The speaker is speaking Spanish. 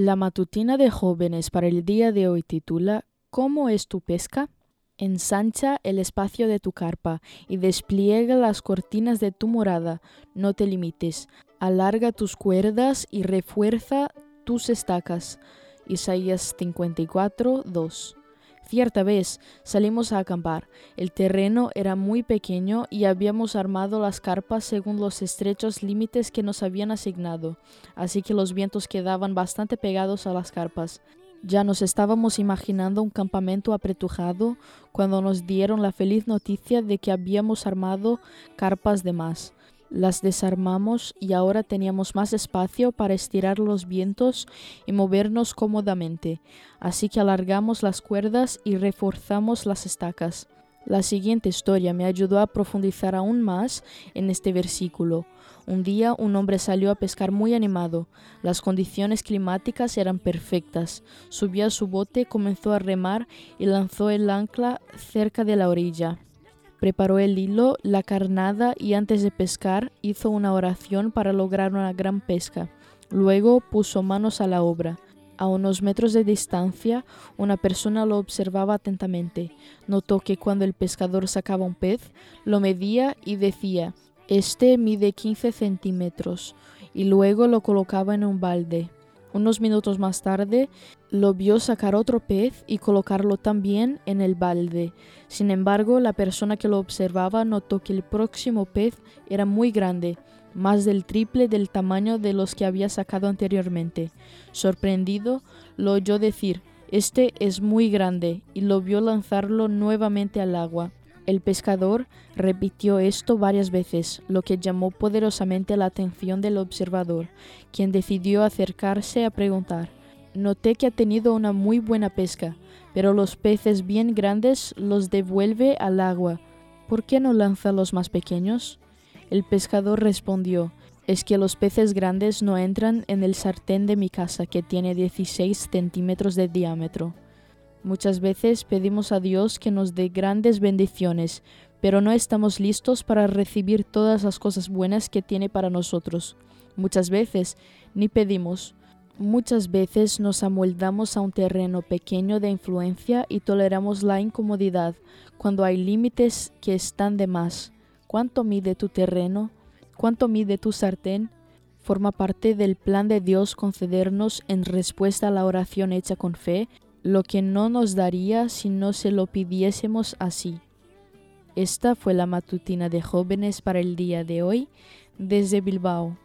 La matutina de jóvenes para el día de hoy titula ¿Cómo es tu pesca? Ensancha el espacio de tu carpa y despliega las cortinas de tu morada. No te limites. Alarga tus cuerdas y refuerza tus estacas. Isaías 54, 2. Cierta vez salimos a acampar. El terreno era muy pequeño y habíamos armado las carpas según los estrechos límites que nos habían asignado, así que los vientos quedaban bastante pegados a las carpas. Ya nos estábamos imaginando un campamento apretujado cuando nos dieron la feliz noticia de que habíamos armado carpas de más. Las desarmamos y ahora teníamos más espacio para estirar los vientos y movernos cómodamente, así que alargamos las cuerdas y reforzamos las estacas. La siguiente historia me ayudó a profundizar aún más en este versículo. Un día un hombre salió a pescar muy animado. Las condiciones climáticas eran perfectas. Subió a su bote, comenzó a remar y lanzó el ancla cerca de la orilla. Preparó el hilo, la carnada y antes de pescar hizo una oración para lograr una gran pesca. Luego puso manos a la obra. A unos metros de distancia, una persona lo observaba atentamente. Notó que cuando el pescador sacaba un pez, lo medía y decía: «Este mide 15 centímetros», y luego lo colocaba en un balde. Unos minutos más tarde, lo vio sacar otro pez y colocarlo también en el balde. Sin embargo, la persona que lo observaba notó que el próximo pez era muy grande, más del triple del tamaño de los que había sacado anteriormente. Sorprendido, lo oyó decir: «Este es muy grande», y lo vio lanzarlo nuevamente al agua. El pescador repitió esto varias veces, lo que llamó poderosamente la atención del observador, quien decidió acercarse a preguntar. «Noté que ha tenido una muy buena pesca, pero los peces bien grandes los devuelve al agua. ¿Por qué no lanza los más pequeños?» El pescador respondió: «Es que los peces grandes no entran en el sartén de mi casa, que tiene 16 centímetros de diámetro». Muchas veces pedimos a Dios que nos dé grandes bendiciones, pero no estamos listos para recibir todas las cosas buenas que tiene para nosotros. Muchas veces ni pedimos. Muchas veces nos amoldamos a un terreno pequeño de influencia y toleramos la incomodidad cuando hay límites que están de más. ¿Cuánto mide tu terreno? ¿Cuánto mide tu sartén? Forma parte del plan de Dios concedernos, en respuesta a la oración hecha con fe, lo que no nos daría si no se lo pidiésemos así. Esta fue la matutina de jóvenes para el día de hoy desde Bilbao.